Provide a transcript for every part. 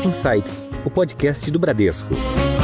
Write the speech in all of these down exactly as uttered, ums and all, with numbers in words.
Insights, o podcast do Bradesco.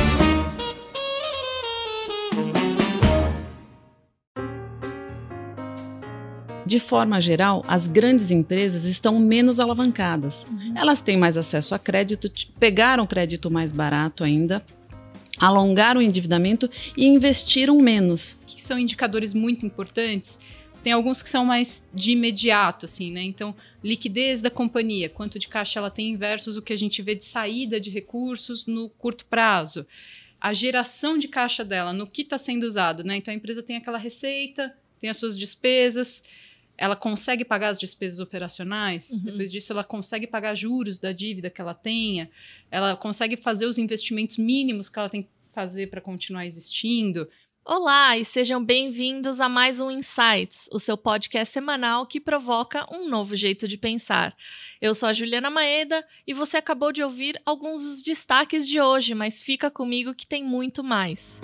De forma geral, as grandes empresas estão menos alavancadas. Uhum. Elas têm mais acesso a crédito, pegaram crédito mais barato ainda, alongaram o endividamento e investiram menos. Que são indicadores muito importantes. Tem alguns que são mais de imediato, assim, né? Então, liquidez da companhia, quanto de caixa ela tem versus o que a gente vê de saída de recursos no curto prazo. A geração de caixa dela, no que está sendo usado, né? Então, a empresa tem aquela receita, tem as suas despesas, ela consegue pagar as despesas operacionais, uhum. Depois disso ela consegue pagar juros da dívida que ela tenha, ela consegue fazer os investimentos mínimos que ela tem que fazer para continuar existindo. Olá e sejam bem-vindos a mais um Insights, o seu podcast semanal que provoca um novo jeito de pensar. Eu sou a Juliana Maeda e você acabou de ouvir alguns dos destaques de hoje, mas fica comigo que tem muito mais.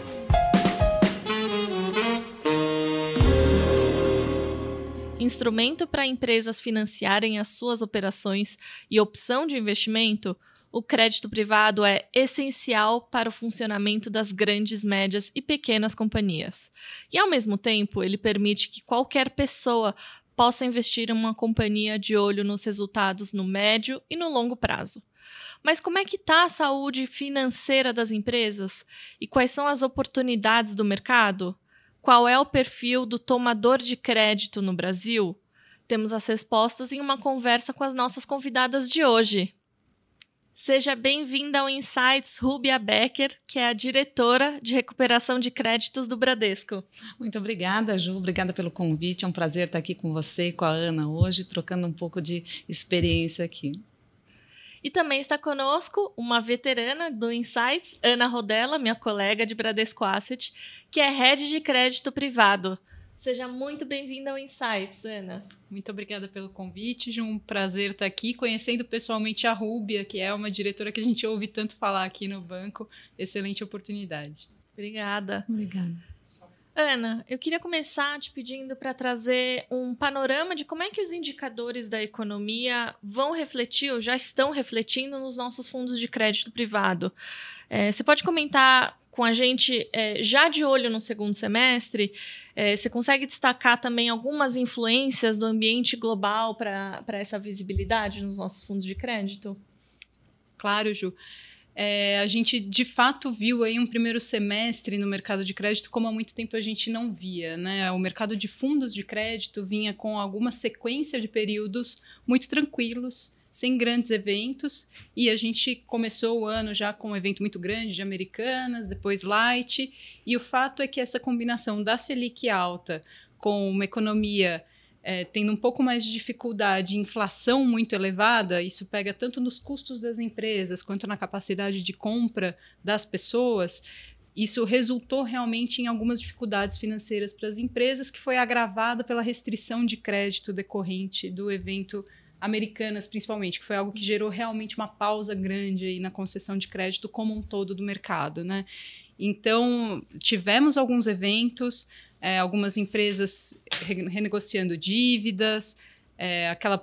Instrumento para empresas financiarem as suas operações e opção de investimento, o crédito privado é essencial para o funcionamento das grandes, médias e pequenas companhias. E, ao mesmo tempo, ele permite que qualquer pessoa possa investir em uma companhia de olho nos resultados no médio e no longo prazo. Mas como é que está a saúde financeira das empresas? E quais são as oportunidades do mercado? Qual é o perfil do tomador de crédito no Brasil? Temos as respostas em uma conversa com as nossas convidadas de hoje. Seja bem-vinda ao Insights, Rúbia Becker, que é a diretora de recuperação de créditos do Bradesco. Muito obrigada, Ju. Obrigada pelo convite. É um prazer estar aqui com você e com a Ana hoje, trocando um pouco de experiência aqui. E também está conosco uma veterana do Insights, Ana Rodella, minha colega de Bradesco Asset, que é Head de Crédito Privado. Seja muito bem-vinda ao Insights, Ana. Muito obrigada pelo convite, Ju. Um prazer estar aqui, conhecendo pessoalmente a Rúbia, que é uma diretora que a gente ouve tanto falar aqui no banco. Excelente oportunidade. Obrigada. Obrigada. Ana, eu queria começar te pedindo para trazer um panorama de como é que os indicadores da economia vão refletir ou já estão refletindo nos nossos fundos de crédito privado. É, você pode comentar com a gente, é, já de olho no segundo semestre, é, você consegue destacar também algumas influências do ambiente global para para essa visibilidade nos nossos fundos de crédito? Claro, Ju. É, a gente, de fato, viu aí um primeiro semestre no mercado de crédito como há muito tempo a gente não via, né? O mercado de fundos de crédito vinha com alguma sequência de períodos muito tranquilos, sem grandes eventos, e a gente começou o ano já com um evento muito grande de Americanas, depois Light, e o fato é que essa combinação da Selic alta com uma economia É, tendo um pouco mais de dificuldade, inflação muito elevada, isso pega tanto nos custos das empresas quanto na capacidade de compra das pessoas. Isso resultou realmente em algumas dificuldades financeiras para as empresas, que foi agravada pela restrição de crédito decorrente do evento Americanas, principalmente, que foi algo que gerou realmente uma pausa grande aí na concessão de crédito como um todo do mercado, né? Então, tivemos alguns eventos, É, algumas empresas re- renegociando dívidas, é, aquela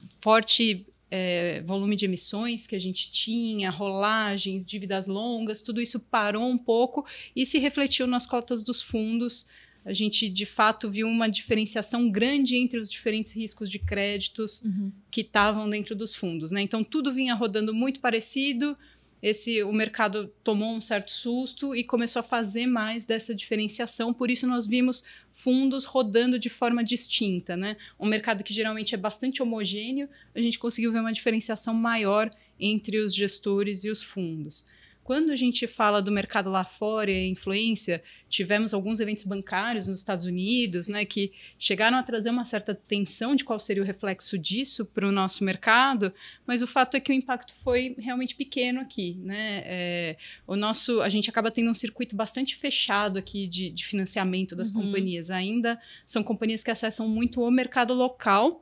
forte é, volume de emissões que a gente tinha, rolagens, dívidas longas, tudo isso parou um pouco e se refletiu nas cotas dos fundos. A gente, de fato, viu uma diferenciação grande entre os diferentes riscos de créditos uhum. que estavam dentro dos fundos, né? Então, tudo vinha rodando muito parecido. Esse, o mercado tomou um certo susto e começou a fazer mais dessa diferenciação, por isso nós vimos fundos rodando de forma distinta, né? Um mercado que geralmente é bastante homogêneo, a gente conseguiu ver uma diferenciação maior entre os gestores e os fundos. Quando a gente fala do mercado lá fora e a influência, tivemos alguns eventos bancários nos Estados Unidos, né, que chegaram a trazer uma certa tensão de qual seria o reflexo disso para o nosso mercado, mas o fato é que o impacto foi realmente pequeno aqui, né? É, o nosso, a gente acaba tendo um circuito bastante fechado aqui de, de financiamento das uhum. companhias. Ainda são companhias que acessam muito o mercado local.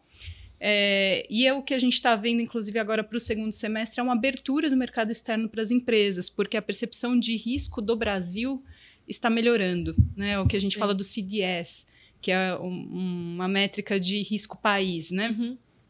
É, e é o que a gente está vendo, inclusive, agora para o segundo semestre, é uma abertura do mercado externo para as empresas, porque a percepção de risco do Brasil está melhorando, né? O que a gente Sim. fala do C D S, que é um, uma métrica de risco país, né? Uhum.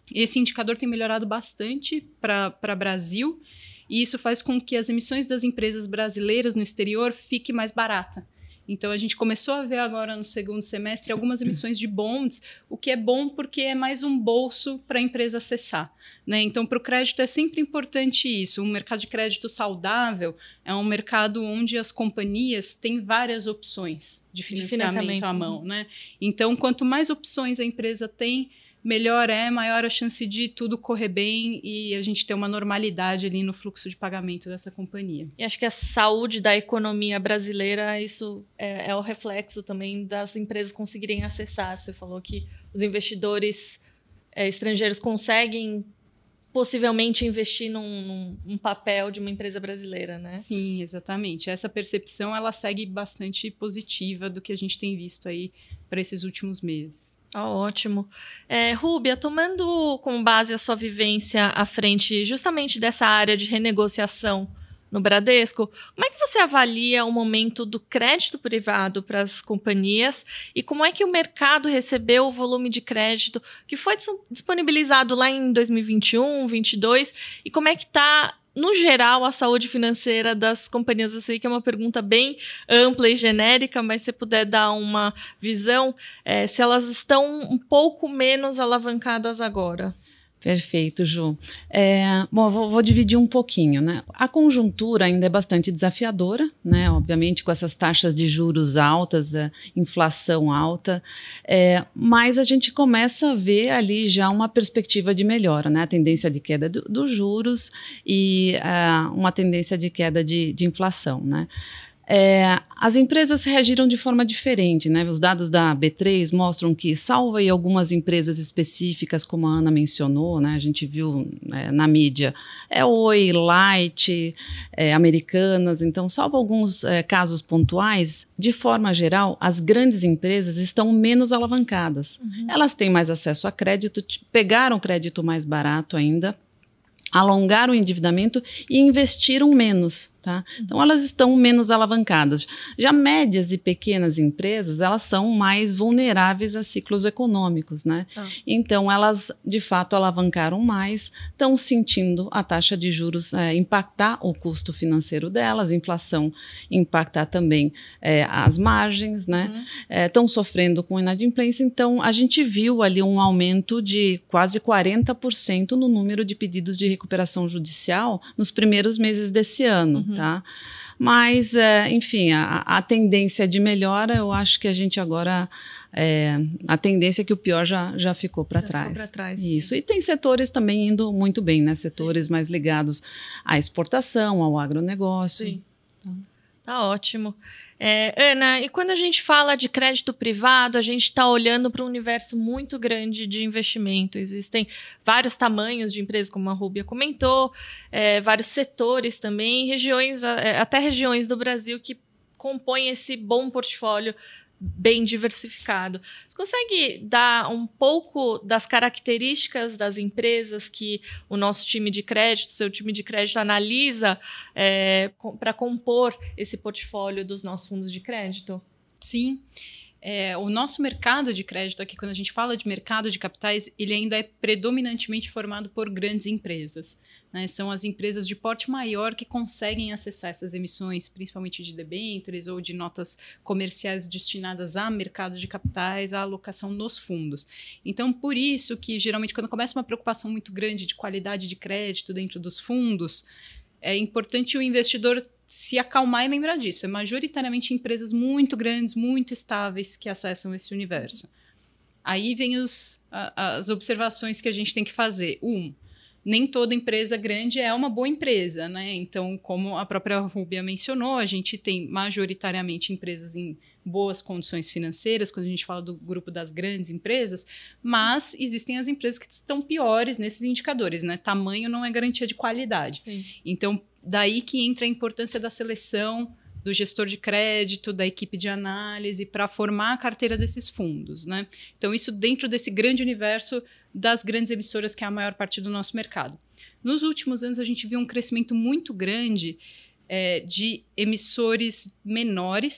Esse indicador tem melhorado bastante para o Brasil, e isso faz com que as emissões das empresas brasileiras no exterior fiquem mais baratas. Então, a gente começou a ver agora no segundo semestre algumas emissões de bonds, o que é bom porque é mais um bolso para a empresa acessar, né? Então, para o crédito é sempre importante isso. Um mercado de crédito saudável é um mercado onde as companhias têm várias opções de financiamento, de financiamento. à mão, né? Então, quanto mais opções a empresa tem, melhor é, maior a chance de tudo correr bem e a gente ter uma normalidade ali no fluxo de pagamento dessa companhia. E acho que a saúde da economia brasileira, isso é, é o reflexo também das empresas conseguirem acessar. Você falou que os investidores é, estrangeiros conseguem possivelmente investir num, num, num papel de uma empresa brasileira, né? Sim, exatamente. Essa percepção, ela segue bastante positiva do que a gente tem visto aí para esses últimos meses. Ah, ótimo. É, Rúbia, tomando como base a sua vivência à frente justamente dessa área de renegociação no Bradesco, como é que você avalia o momento do crédito privado para as companhias e como é que o mercado recebeu o volume de crédito que foi disponibilizado lá em dois mil e vinte e um, vinte e dois e como é que está, no geral, a saúde financeira das companhias? Eu sei que é uma pergunta bem ampla e genérica, mas se você puder dar uma visão, é, se elas estão um pouco menos alavancadas agora. Perfeito, Ju. É, bom, vou, vou dividir um pouquinho, né? A conjuntura ainda é bastante desafiadora, né? Obviamente, com essas taxas de juros altas, a inflação alta, é, mas a gente começa a ver ali já uma perspectiva de melhora, né? A tendência de queda do, dos juros e uh, uma tendência de queda de, de inflação, né? É, as empresas reagiram de forma diferente, né? Os dados da B três mostram que, salvo aí algumas empresas específicas, como a Ana mencionou, né? A gente viu é, na mídia, é Oi, Light, é, Americanas, então, salvo alguns é, casos pontuais, de forma geral, as grandes empresas estão menos alavancadas. Uhum. Elas têm mais acesso a crédito, pegaram crédito mais barato ainda, alongaram o endividamento e investiram menos. Tá? Então, elas estão menos alavancadas. Já médias e pequenas empresas, elas são mais vulneráveis a ciclos econômicos, né? Ah. Então, elas, de fato, alavancaram mais, estão sentindo a taxa de juros é, impactar o custo financeiro delas, a inflação impactar também é, as margens, né? Uhum. É, estão sofrendo com inadimplência. Então, a gente viu ali um aumento de quase quarenta por cento no número de pedidos de recuperação judicial nos primeiros meses desse ano. Uhum. Tá? Mas, é, enfim, a, a tendência de melhora, eu acho que a gente agora, é, a tendência é que o pior já, já ficou para trás. Ficou para trás. Isso, e tem setores também indo muito bem, né? Setores Sim. mais ligados à exportação, ao agronegócio. Sim. Então. Tá ótimo. É, Ana, e quando a gente fala de crédito privado, a gente está olhando para um universo muito grande de investimento. Existem vários tamanhos de empresas, como a Rúbia comentou, é, vários setores também, regiões, até regiões do Brasil que compõem esse bom portfólio bem diversificado. Você consegue dar um pouco das características das empresas que o nosso time de crédito, seu time de crédito analisa é, para compor esse portfólio dos nossos fundos de crédito? Sim. É, o nosso mercado de crédito aqui, quando a gente fala de mercado de capitais, ele ainda é predominantemente formado por grandes empresas, né? São as empresas de porte maior que conseguem acessar essas emissões, principalmente de debêntures ou de notas comerciais destinadas a mercado de capitais, à alocação nos fundos. Então, por isso que, geralmente, quando começa uma preocupação muito grande de qualidade de crédito dentro dos fundos, é importante o investidor se acalmar e lembrar disso. É majoritariamente empresas muito grandes, muito estáveis que acessam esse universo. Aí vem os, a, as observações que a gente tem que fazer. Um, nem toda empresa grande é uma boa empresa, né? Então, como a própria Rúbia mencionou, a gente tem majoritariamente empresas em boas condições financeiras, quando a gente fala do grupo das grandes empresas, mas existem as empresas que estão piores nesses indicadores, né? Tamanho não é garantia de qualidade. Sim. Então, daí que entra a importância da seleção do gestor de crédito, da equipe de análise, para formar a carteira desses fundos, né? Então, isso dentro desse grande universo das grandes emissoras, que é a maior parte do nosso mercado. Nos últimos anos, a gente viu um crescimento muito grande é, de emissores menores,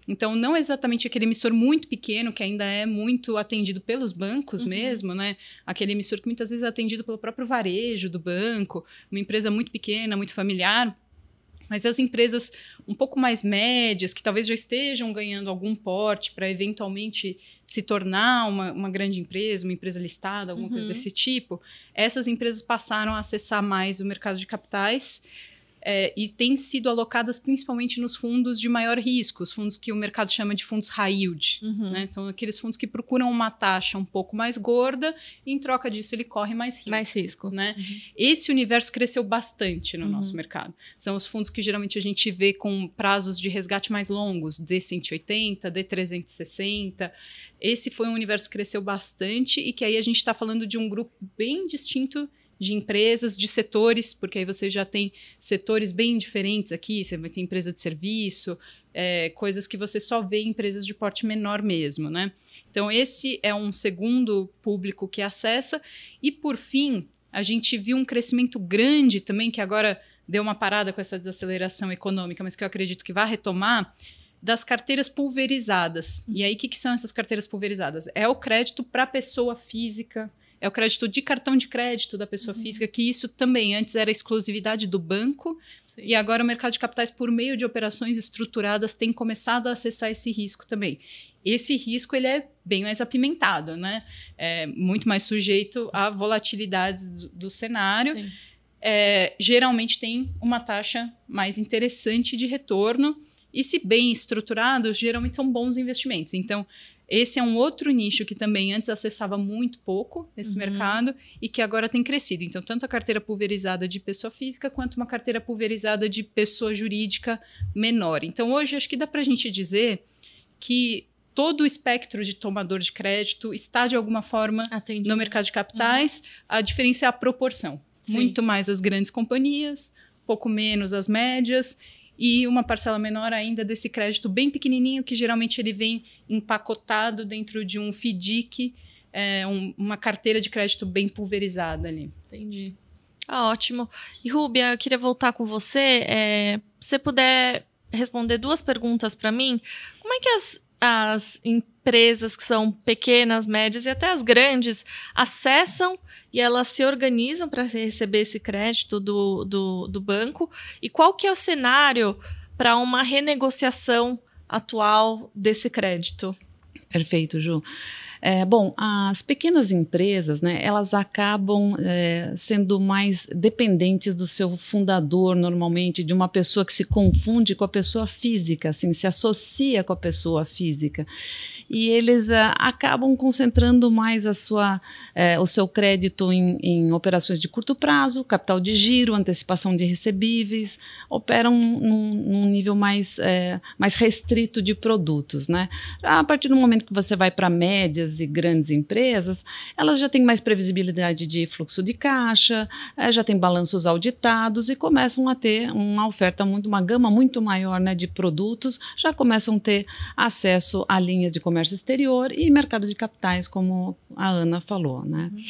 Então, não exatamente aquele emissor muito pequeno, que ainda é muito atendido pelos bancos uhum. mesmo, né? Aquele emissor que muitas vezes é atendido pelo próprio varejo do banco, uma empresa muito pequena, muito familiar. Mas as empresas um pouco mais médias, que talvez já estejam ganhando algum porte para eventualmente se tornar uma, uma grande empresa, uma empresa listada, alguma uhum. coisa desse tipo, essas empresas passaram a acessar mais o mercado de capitais. É, e têm sido alocadas principalmente nos fundos de maior risco, os fundos que o mercado chama de fundos high yield. Uhum. Né? São aqueles fundos que procuram uma taxa um pouco mais gorda e, em troca disso, ele corre mais risco. Mais risco. Né? Uhum. Esse universo cresceu bastante no uhum. nosso mercado. São os fundos que geralmente a gente vê com prazos de resgate mais longos, D cento e oitenta, D trezentos e sessenta. Esse foi um universo que cresceu bastante e que aí a gente está falando de um grupo bem distinto de empresas, de setores, porque aí você já tem setores bem diferentes aqui, você vai ter empresa de serviço, é, coisas que você só vê em empresas de porte menor mesmo, né? Então, esse é um segundo público que acessa. E, por fim, a gente viu um crescimento grande também, que agora deu uma parada com essa desaceleração econômica, mas que eu acredito que vai retomar, das carteiras pulverizadas. E aí, o que, que são essas carteiras pulverizadas? É o crédito para a pessoa física, é o crédito de cartão de crédito da pessoa uhum. física, que isso também antes era exclusividade do banco. Sim. E agora o mercado de capitais, por meio de operações estruturadas, tem começado a acessar esse risco também. Esse risco ele é bem mais apimentado, né? É muito mais sujeito a volatilidades do, do cenário. É, geralmente tem uma taxa mais interessante de retorno e, se bem estruturados, geralmente são bons investimentos. Então, esse é um outro nicho que também antes acessava muito pouco esse uhum. mercado e que agora tem crescido. Então, tanto a carteira pulverizada de pessoa física quanto uma carteira pulverizada de pessoa jurídica menor. Então, hoje, acho que dá para a gente dizer que todo o espectro de tomador de crédito está, de alguma forma, Atendido. no mercado de capitais. Uhum. A diferença é a proporção. Sim. Muito mais as grandes companhias, pouco menos as médias, e uma parcela menor ainda desse crédito bem pequenininho, que geralmente ele vem empacotado dentro de um F D I C, é, um, uma carteira de crédito bem pulverizada ali. Entendi. Ah, ótimo. E, Rúbia, eu queria voltar com você. É, se você puder responder duas perguntas para mim, como é que as, as empresas que são pequenas, médias e até as grandes acessam e elas se organizam para receber esse crédito do, do, do banco? E qual que é o cenário para uma renegociação atual desse crédito? Perfeito, Ju. É, bom, as pequenas empresas, né, elas acabam é, sendo mais dependentes do seu fundador, normalmente, de uma pessoa que se confunde com a pessoa física, assim, se associa com a pessoa física. E eles é, acabam concentrando mais a sua, é, o seu crédito em, em operações de curto prazo, capital de giro, antecipação de recebíveis, operam num, num nível mais, é, mais restrito de produtos, né? A partir do momento que você vai para médias e grandes empresas, elas já têm mais previsibilidade de fluxo de caixa, já têm balanços auditados e começam a ter uma oferta, muito, uma gama muito maior, né, de produtos, já começam a ter acesso a linhas de comércio exterior e mercado de capitais, como a Ana falou, né? Uhum.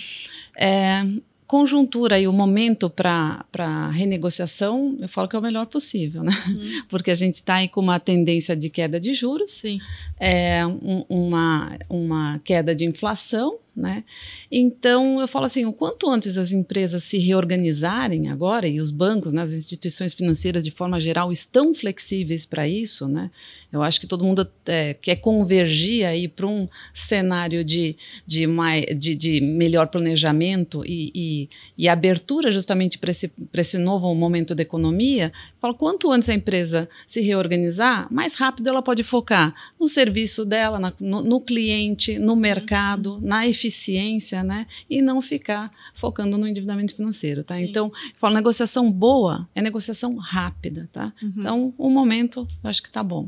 É, conjuntura e o momento para renegociação, eu falo que é o melhor possível, né? Uhum. Porque a gente está aí com uma tendência de queda de juros, Sim. É, um, uma, uma queda de inflação, né? Então, eu falo assim, o quanto antes as empresas se reorganizarem agora, e os bancos, né, as instituições financeiras de forma geral estão flexíveis para isso, né? Eu acho que todo mundo é, quer convergir aí para um cenário de, de, mais, de, de melhor planejamento e, e, e abertura justamente para esse, para esse novo momento da economia. Eu falo, quanto antes a empresa se reorganizar, mais rápido ela pode focar no serviço dela, na, no, no cliente, no mercado, uhum. na eficiência, eficiência, né? E não ficar focando no endividamento financeiro, tá? Sim. Então, eu falo, negociação boa é negociação rápida, tá? Uhum. Então, o momento, eu acho que tá bom.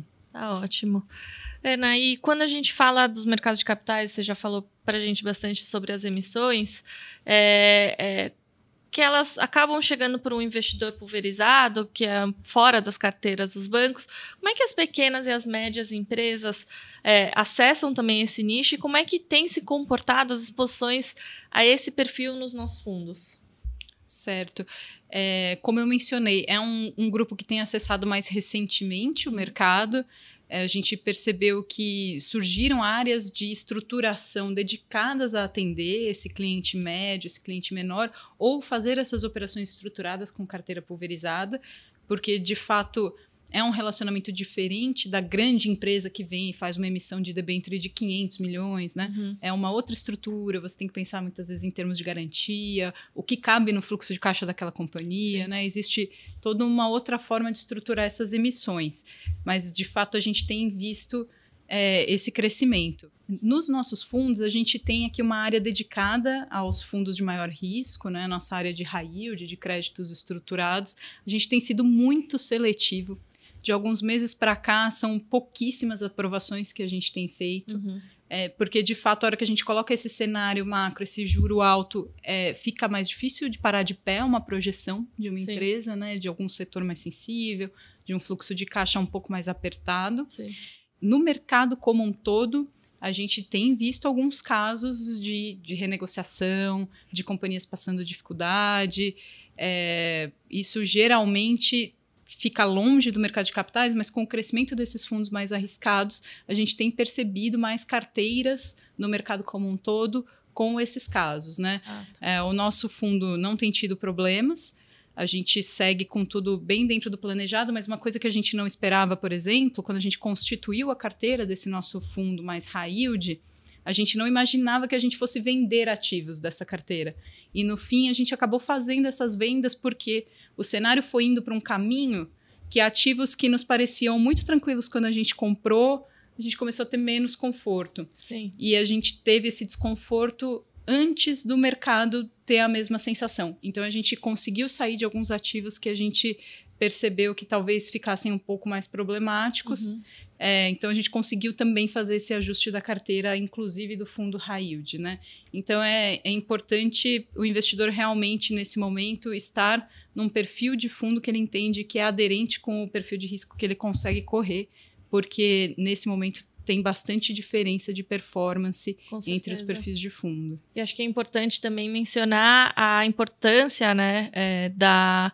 Tá ótimo. Ana, e quando a gente fala dos mercados de capitais, você já falou pra gente bastante sobre as emissões, é, é, que elas acabam chegando por um investidor pulverizado, que é fora das carteiras dos bancos. Como é que as pequenas e as médias empresas é, acessam também esse nicho e como é que tem se comportado as exposições a esse perfil nos nossos fundos? Certo. É, como eu mencionei, é um, um grupo que tem acessado mais recentemente o mercado. a gente percebeu que surgiram áreas de estruturação dedicadas a atender esse cliente médio, esse cliente menor, ou fazer essas operações estruturadas com carteira pulverizada, porque, de fato, é um relacionamento diferente da grande empresa que vem e faz uma emissão de debênture de quinhentos milhões, né? Uhum. É uma outra estrutura, você tem que pensar muitas vezes em termos de garantia, o que cabe no fluxo de caixa daquela companhia, né? Existe toda uma outra forma de estruturar essas emissões, mas de fato a gente tem visto é, esse crescimento. Nos nossos fundos, a gente tem aqui uma área dedicada aos fundos de maior risco, né? Nossa área de high yield, de créditos estruturados. A gente tem sido muito seletivo. De alguns meses para cá, são pouquíssimas aprovações que a gente tem feito, uhum. é, porque, de fato, a hora que a gente coloca esse cenário macro, esse juro alto, é, fica mais difícil de parar de pé uma projeção de uma Sim. empresa, né, de algum setor mais sensível, de um fluxo de caixa um pouco mais apertado. Sim. No mercado como um todo, a gente tem visto alguns casos de, de renegociação, de companhias passando dificuldade. É, isso geralmente fica longe do mercado de capitais, mas com o crescimento desses fundos mais arriscados, a gente tem percebido mais carteiras no mercado como um todo com esses casos, né? Ah, tá. é, o nosso fundo não tem tido problemas, a gente segue com tudo bem dentro do planejado, mas uma coisa que a gente não esperava, por exemplo, quando a gente constituiu a carteira desse nosso fundo mais high yield, a gente não imaginava que a gente fosse vender ativos dessa carteira. E, no fim, a gente acabou fazendo essas vendas porque o cenário foi indo para um caminho que ativos que nos pareciam muito tranquilos quando a gente comprou, a gente começou a ter menos conforto. Sim. E a gente teve esse desconforto antes do mercado ter a mesma sensação. Então, a gente conseguiu sair de alguns ativos que a gente percebeu que talvez ficassem um pouco mais problemáticos. Uhum. É, então, a gente conseguiu também fazer esse ajuste da carteira, inclusive do fundo high yield, né? Então, é, é importante o investidor realmente, nesse momento, estar num perfil de fundo que ele entende que é aderente com o perfil de risco que ele consegue correr, porque, nesse momento, tem bastante diferença de performance entre os perfis de fundo. E acho que é importante também mencionar a importância, né, é, da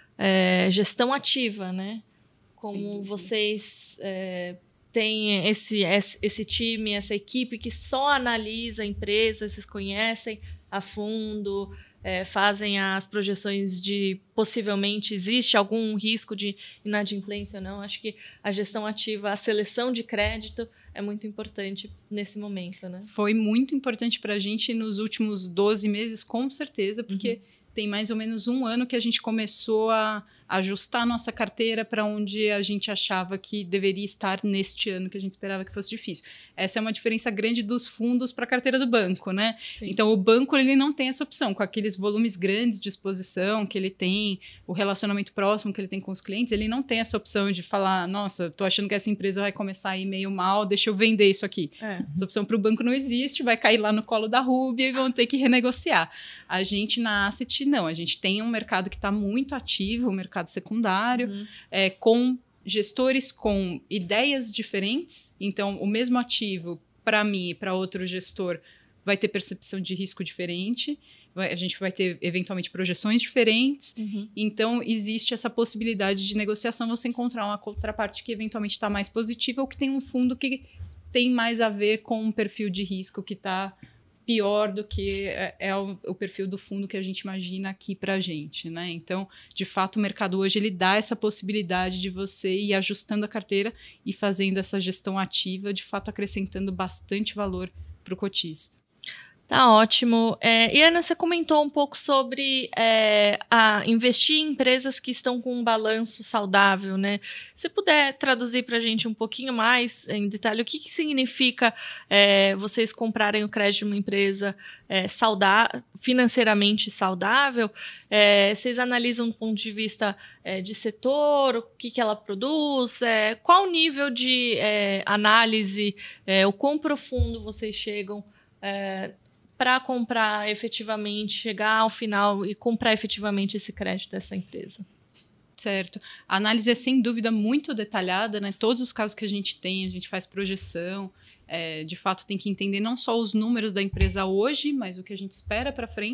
é, gestão ativa, né? Como sim, vocês é, têm esse, esse time, essa equipe que só analisa a empresa, vocês conhecem a fundo, é, fazem as projeções de possivelmente existe algum risco de inadimplência ou não. Acho que a gestão ativa, a seleção de crédito é muito importante nesse momento, né? Foi muito importante para a gente nos últimos doze meses, com certeza, porque uhum. tem mais ou menos um ano que a gente começou a ajustar a nossa carteira para onde a gente achava que deveria estar neste ano, que a gente esperava que fosse difícil. Essa é uma diferença grande dos fundos para a carteira do banco, né? Sim. Então, o banco ele não tem essa opção. Com aqueles volumes grandes de exposição que ele tem, o relacionamento próximo que ele tem com os clientes, ele não tem essa opção de falar, nossa, tô achando que essa empresa vai começar a ir meio mal, deixa eu vender isso aqui. É. Essa opção para o banco não existe, vai cair lá no colo da Rúbia e vão ter que renegociar. A gente, na Asset, não. A gente tem um mercado que está muito ativo, o mercado secundário, uhum. é, com gestores com ideias diferentes. Então, o mesmo ativo, para mim e para outro gestor, vai ter percepção de risco diferente. Vai, a gente vai ter, eventualmente, projeções diferentes. Uhum. Então, existe essa possibilidade de negociação, você encontrar uma contraparte que, eventualmente, está mais positiva ou que tem um fundo que tem mais a ver com um perfil de risco que está pior do que é, é o, o perfil do fundo que a gente imagina aqui para a gente, né? Então, de fato, o mercado hoje ele dá essa possibilidade de você ir ajustando a carteira e fazendo essa gestão ativa, de fato, acrescentando bastante valor para o cotista. Tá ótimo. É, e Ana, você comentou um pouco sobre é, a investir em empresas que estão com um balanço saudável, né? Se puder traduzir para a gente um pouquinho mais em detalhe, o que, que significa é, vocês comprarem o crédito de uma empresa é, saudável, financeiramente saudável? É, vocês analisam do ponto de vista é, de setor, o que, que ela produz, é, qual o nível de é, análise, é, o quão profundo vocês chegam é, para comprar efetivamente, chegar ao final e comprar efetivamente esse crédito dessa empresa. Certo. A análise é, sem dúvida, muito detalhada, né? Todos os casos que a gente tem, a gente faz projeção. É, de fato, tem que entender não só os números da empresa hoje, mas o que a gente espera para frente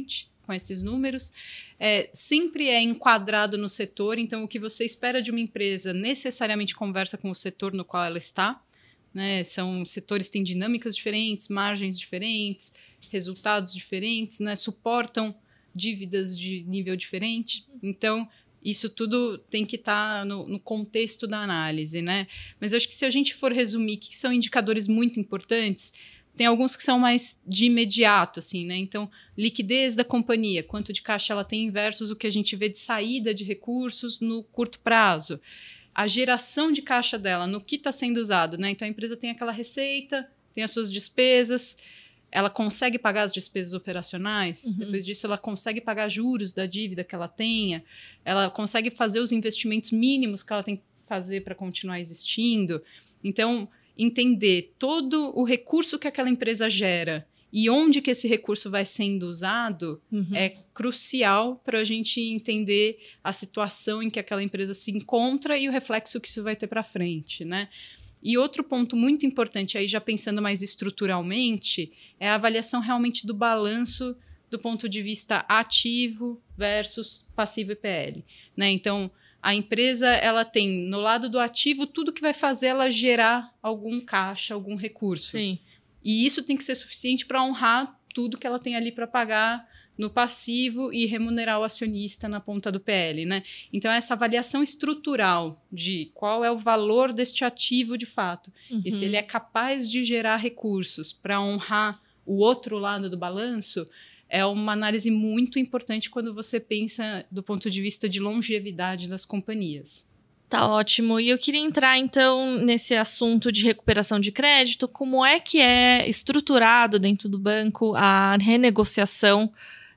com esses números. É, sempre é enquadrado no setor, então o que você espera de uma empresa necessariamente conversa com o setor no qual ela está. Né? São setores que têm dinâmicas diferentes, margens diferentes, resultados diferentes, né? Suportam dívidas de nível diferente. Então, isso tudo tem que estar tá no, no contexto da análise, né? Mas eu acho que se a gente for resumir, que são indicadores muito importantes, tem alguns que são mais de imediato, assim, né? Então, liquidez da companhia, quanto de caixa ela tem versus o que a gente vê de saída de recursos no curto prazo. A geração de caixa dela, no que está sendo usado, né? Então, a empresa tem aquela receita, tem as suas despesas, ela consegue pagar as despesas operacionais, uhum. Depois disso ela consegue pagar juros da dívida que ela tenha, ela consegue fazer os investimentos mínimos que ela tem que fazer para continuar existindo. Então, entender todo o recurso que aquela empresa gera e onde que esse recurso vai sendo usado uhum. é crucial para a gente entender a situação em que aquela empresa se encontra e o reflexo que isso vai ter para frente, né? E outro ponto muito importante, aí já pensando mais estruturalmente, é a avaliação realmente do balanço do ponto de vista ativo versus passivo e P L, né? Então, a empresa ela tem no lado do ativo tudo que vai fazer ela gerar algum caixa, algum recurso. Sim. E isso tem que ser suficiente para honrar tudo que ela tem ali para pagar no passivo e remunerar o acionista na ponta do P L, né? Então, essa avaliação estrutural de qual é o valor deste ativo de fato uhum. e se ele é capaz de gerar recursos para honrar o outro lado do balanço é uma análise muito importante quando você pensa do ponto de vista de longevidade das companhias. Tá ótimo. E eu queria entrar, então, nesse assunto de recuperação de crédito. Como é que é estruturado dentro do banco a renegociação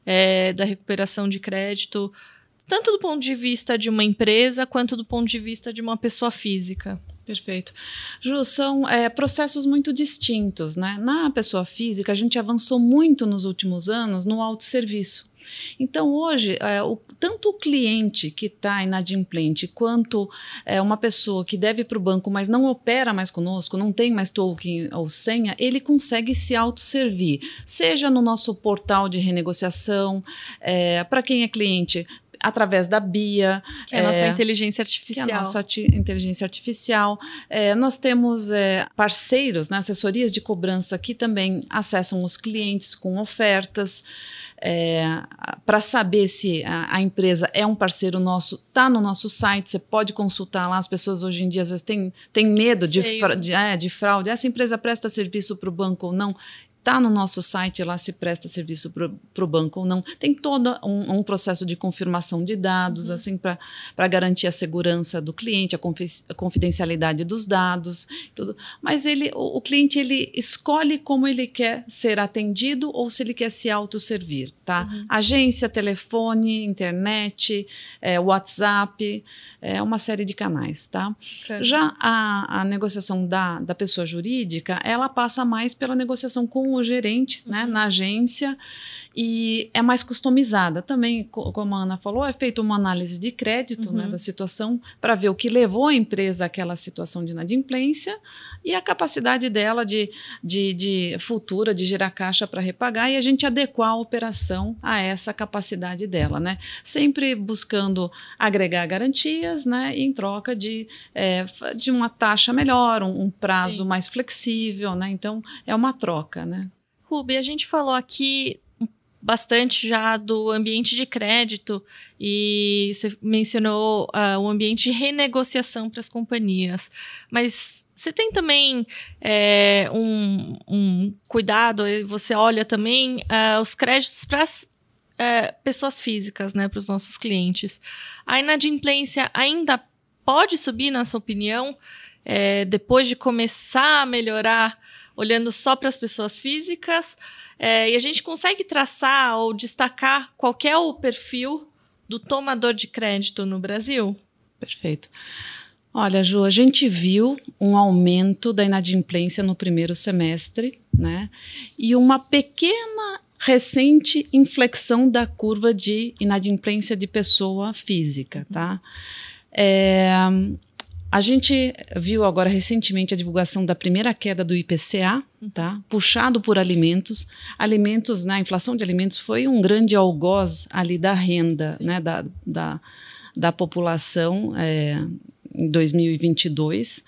é, da recuperação de crédito, tanto do ponto de vista de uma empresa, quanto do ponto de vista de uma pessoa física? Perfeito. Ju, são é, processos muito distintos, né? Na pessoa física, a gente avançou muito nos últimos anos no autosserviço. Então, hoje, é, o, tanto o cliente que está inadimplente, quanto é, uma pessoa que deve para o banco, mas não opera mais conosco, não tem mais token ou senha, ele consegue se autosservir, seja no nosso portal de renegociação, é, para quem é cliente, através da B I A. Que é a nossa é, inteligência artificial. Que é a nossa inteligência artificial. É, nós temos é, parceiros, né, assessorias de cobrança que também acessam os clientes com ofertas. É, para saber se a, a empresa é um parceiro nosso, está no nosso site, você pode consultar lá. As pessoas hoje em dia às vezes têm, têm medo de, fra, de, é, de fraude. Essa empresa presta serviço para o banco ou não? Está no nosso site, lá se presta serviço para o banco ou não. Tem todo um, um processo de confirmação de dados, uhum. assim, para garantir a segurança do cliente, a, confi a confidencialidade dos dados, tudo. Mas ele, o, o cliente ele escolhe como ele quer ser atendido ou se ele quer se autosservir, tá? Uhum. Agência, telefone, internet, é, WhatsApp, é uma série de canais, tá? Certo. Já a, a negociação da, da pessoa jurídica, ela passa mais pela negociação com o gerente, uhum. né, na agência, e é mais customizada. Também, como a Ana falou, é feita uma análise de crédito, uhum. né, da situação, para ver o que levou a empresa àquela situação de inadimplência e a capacidade dela de, de, de futura de gerar caixa para repagar, e a gente adequar a operação a essa capacidade dela, né? Sempre buscando agregar garantias, né, em troca de, é, de uma taxa melhor, um, um prazo Sim. mais flexível, né? Então, é uma troca, né? Rubi, a gente falou aqui bastante já do ambiente de crédito e você mencionou uh, o ambiente de renegociação para as companhias, mas você tem também é, um, um cuidado, você olha também uh, os créditos para as uh, pessoas físicas, né, para os nossos clientes. A inadimplência ainda pode subir, na sua opinião, é, depois de começar a melhorar olhando só para as pessoas físicas, é, e a gente consegue traçar ou destacar qual que é o perfil do tomador de crédito no Brasil? Perfeito. Olha, Ju, a gente viu um aumento da inadimplência no primeiro semestre, né? E uma pequena recente inflexão da curva de inadimplência de pessoa física, tá? É... a gente viu agora recentemente a divulgação da primeira queda do I P C A, tá? Puxado por alimentos. Alimentos, né, a inflação de alimentos foi um grande algoz ali da renda, né, da, da, da população é, em dois mil e vinte e dois.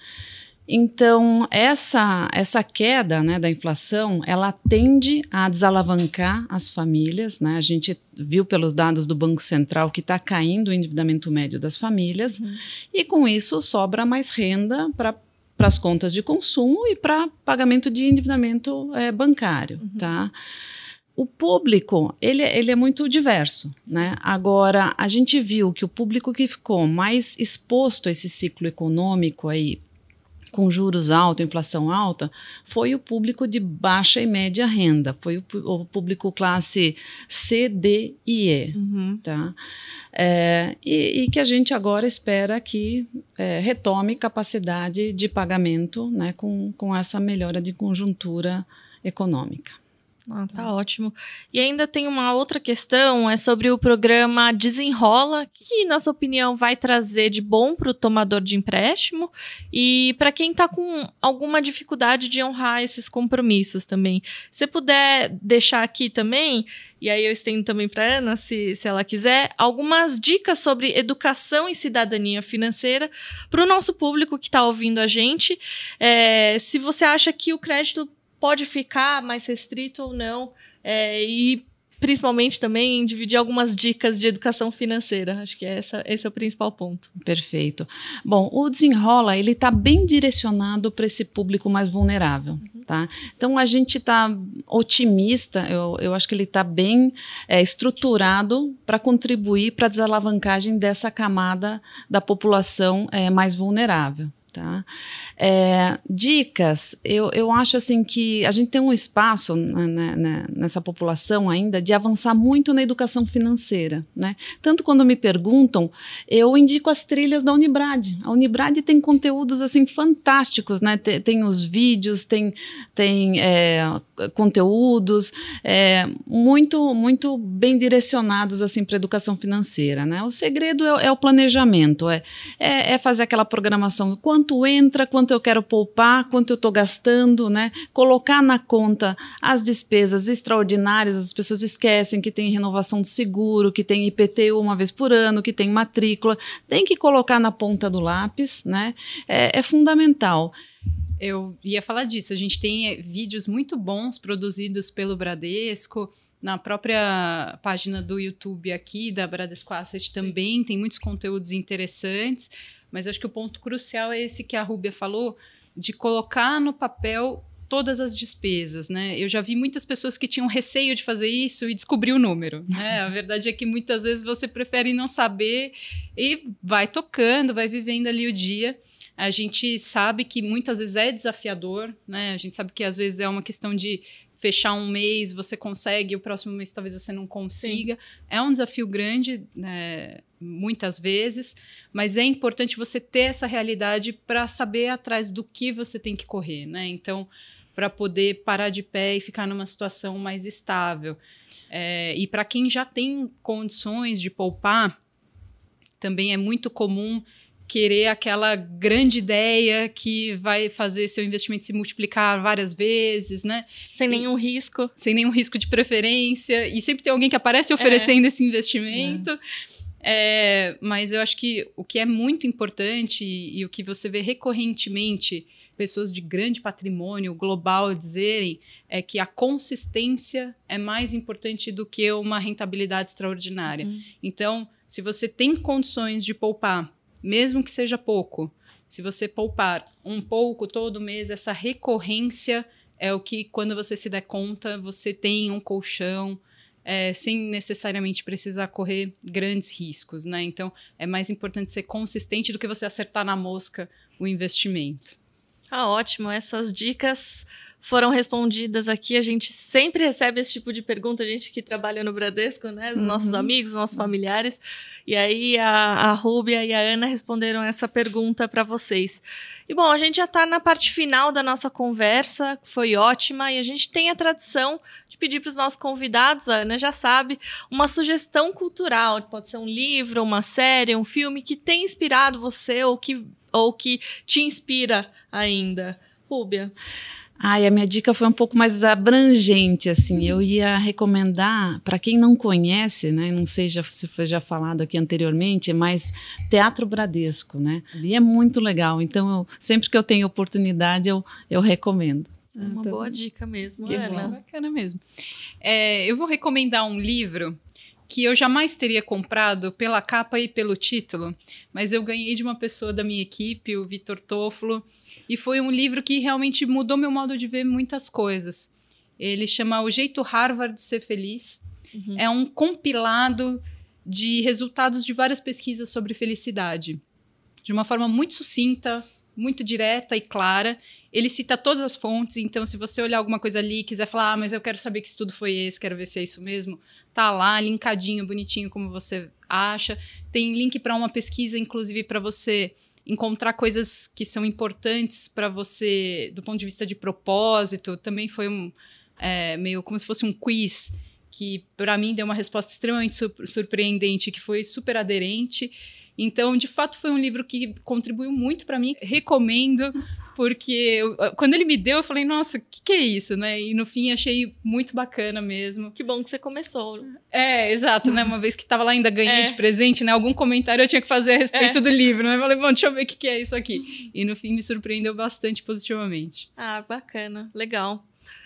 Então, essa, essa queda, né, da inflação, ela tende a desalavancar as famílias, né? A gente viu pelos dados do Banco Central que está caindo o endividamento médio das famílias, uhum. E com isso sobra mais renda para para as contas de consumo e para pagamento de endividamento é, bancário, uhum. Tá? O público, ele, ele é muito diverso, né? Agora, a gente viu que o público que ficou mais exposto a esse ciclo econômico aí, com juros altos, inflação alta, foi o público de baixa e média renda, foi o, o público classe C, D e E, uhum. Tá? É, e, e que a gente agora espera que é, retome capacidade de pagamento, né, com, com essa melhora de conjuntura econômica. Ah, tá ótimo. E ainda tem uma outra questão, é sobre o programa Desenrola, que, na sua opinião, vai trazer de bom para o tomador de empréstimo e para quem está com alguma dificuldade de honrar esses compromissos também. Se puder deixar aqui também, e aí eu estendo também para a Ana, se, se ela quiser, algumas dicas sobre educação e cidadania financeira para o nosso público que está ouvindo a gente. É, se você acha que o crédito pode ficar mais restrito ou não, é, e principalmente também dividir algumas dicas de educação financeira. Acho que essa, esse é o principal ponto. Perfeito. Bom, o Desenrola, ele está bem direcionado para esse público mais vulnerável, uhum. Tá? Então, a gente está otimista, eu, eu acho que ele está bem é, estruturado para contribuir para a desalavancagem dessa camada da população é, mais vulnerável. Tá? É, dicas, eu, eu acho assim que a gente tem um espaço né, né, nessa população ainda de avançar muito na educação financeira, né? Tanto quando me perguntam, eu indico as trilhas da Unibrad. A Unibrad tem conteúdos assim fantásticos, né? Tem, tem os vídeos, tem, tem é, conteúdos é, muito, muito bem direcionados assim, para a educação financeira, né? O segredo é, é o planejamento, é, é, é fazer aquela programação quanto Quanto entra, quanto eu quero poupar, quanto eu estou gastando, né? Colocar na conta as despesas extraordinárias, as pessoas esquecem que tem renovação do seguro, que tem I P T U uma vez por ano, que tem matrícula, tem que colocar na ponta do lápis, né? É, é fundamental. Eu ia falar disso, a gente tem vídeos muito bons produzidos pelo Bradesco, na própria página do YouTube aqui, da Bradesco Asset também, tem muitos conteúdos interessantes, mas acho que o ponto crucial é esse que a Rúbia falou, de colocar no papel todas as despesas, né? Eu já vi muitas pessoas que tinham receio de fazer isso e descobrir o número, né? A verdade é que muitas vezes você prefere não saber e vai tocando, vai vivendo ali o dia. A gente sabe que muitas vezes é desafiador, né? A gente sabe que às vezes é uma questão de fechar um mês, você consegue, o próximo mês talvez você não consiga. Sim. É um desafio grande, né, muitas vezes, mas é importante você ter essa realidade para saber atrás do que você tem que correr, né? Então, para poder parar de pé e ficar numa situação mais estável. É, e para quem já tem condições de poupar, também é muito comum querer aquela grande ideia que vai fazer seu investimento se multiplicar várias vezes, né? Sem nenhum e, risco. Sem nenhum risco de preferência. E sempre tem alguém que aparece oferecendo é. esse investimento. É. É, mas eu acho que o que é muito importante e, e o que você vê recorrentemente pessoas de grande patrimônio global dizerem é que a consistência é mais importante do que uma rentabilidade extraordinária. Uhum. Então, se você tem condições de poupar, mesmo que seja pouco, se você poupar um pouco todo mês, essa recorrência é o que, quando você se der conta, você tem um colchão, é, sem necessariamente precisar correr grandes riscos, né? Então, é mais importante ser consistente do que você acertar na mosca o investimento. Ah, ótimo. Essas dicas foram respondidas aqui. A gente sempre recebe esse tipo de pergunta, a gente que trabalha no Bradesco, né? Os uhum. nossos amigos, os nossos familiares. E aí a, a Rúbia e a Ana responderam essa pergunta para vocês. E bom, a gente já está na parte final da nossa conversa, foi ótima, e a gente tem a tradição de pedir para os nossos convidados, a Ana já sabe, uma sugestão cultural. Pode ser um livro, uma série, um filme que tenha inspirado você ou que ou que te inspira ainda? Rúbia? Ai, a minha dica foi um pouco mais abrangente, assim, eu ia recomendar, para quem não conhece, né, não sei já, se foi já falado aqui anteriormente, mas Teatro Bradesco, né, e é muito legal, então eu, sempre que eu tenho oportunidade eu, eu recomendo. É uma então, boa dica mesmo, que Ana. Bom, bacana mesmo. É, eu vou recomendar um livro que eu jamais teria comprado pela capa e pelo título, mas eu ganhei de uma pessoa da minha equipe, o Vitor Toffolo, e foi um livro que realmente mudou meu modo de ver muitas coisas. Ele chama O Jeito Harvard de Ser Feliz. Uhum. É um compilado de resultados de várias pesquisas sobre felicidade. De uma forma muito sucinta, muito direta e clara. Ele cita todas as fontes, então se você olhar alguma coisa ali e quiser falar, ah, mas eu quero saber que estudo foi esse, quero ver se é isso mesmo, tá lá, linkadinho, bonitinho, como você acha. Tem link para uma pesquisa, inclusive, para você encontrar coisas que são importantes para você, do ponto de vista de propósito. Também foi um, é, meio como se fosse um quiz, que para mim deu uma resposta extremamente surpreendente, que foi super aderente. Então, de fato, foi um livro que contribuiu muito para mim. Recomendo, porque eu, quando ele me deu, eu falei, nossa, o que, que é isso, né? E no fim, achei muito bacana mesmo. Que bom que você começou. É, exato, né? Uma vez que estava lá, ainda ganhei é. de presente, né? Algum comentário eu tinha que fazer a respeito é. do livro, né? Eu falei, bom, deixa eu ver o que, que é isso aqui. E no fim, me surpreendeu bastante positivamente. Ah, bacana. Legal.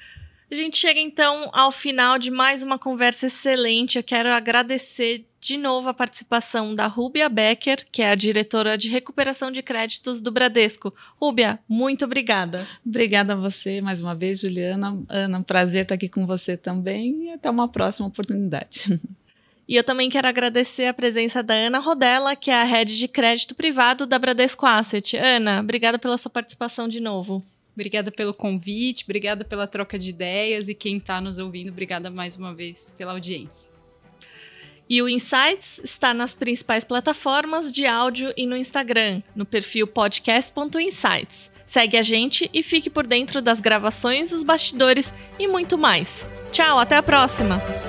A gente chega, então, ao final de mais uma conversa excelente. Eu quero agradecer de novo a participação da Rúbia Becker, que é a diretora de recuperação de créditos do Bradesco. Rúbia, muito obrigada. Obrigada a você mais uma vez, Juliana. Ana, um prazer estar aqui com você também e até uma próxima oportunidade. E eu também quero agradecer a presença da Ana Rodella, que é a Head de Crédito Privado da Bradesco Asset. Ana, obrigada pela sua participação de novo. Obrigada pelo convite, obrigada pela troca de ideias e quem está nos ouvindo, obrigada mais uma vez pela audiência. E o Insights está nas principais plataformas de áudio e no Instagram, no perfil podcast ponto insights. Segue a gente e fique por dentro das gravações, os bastidores e muito mais. Tchau, até a próxima!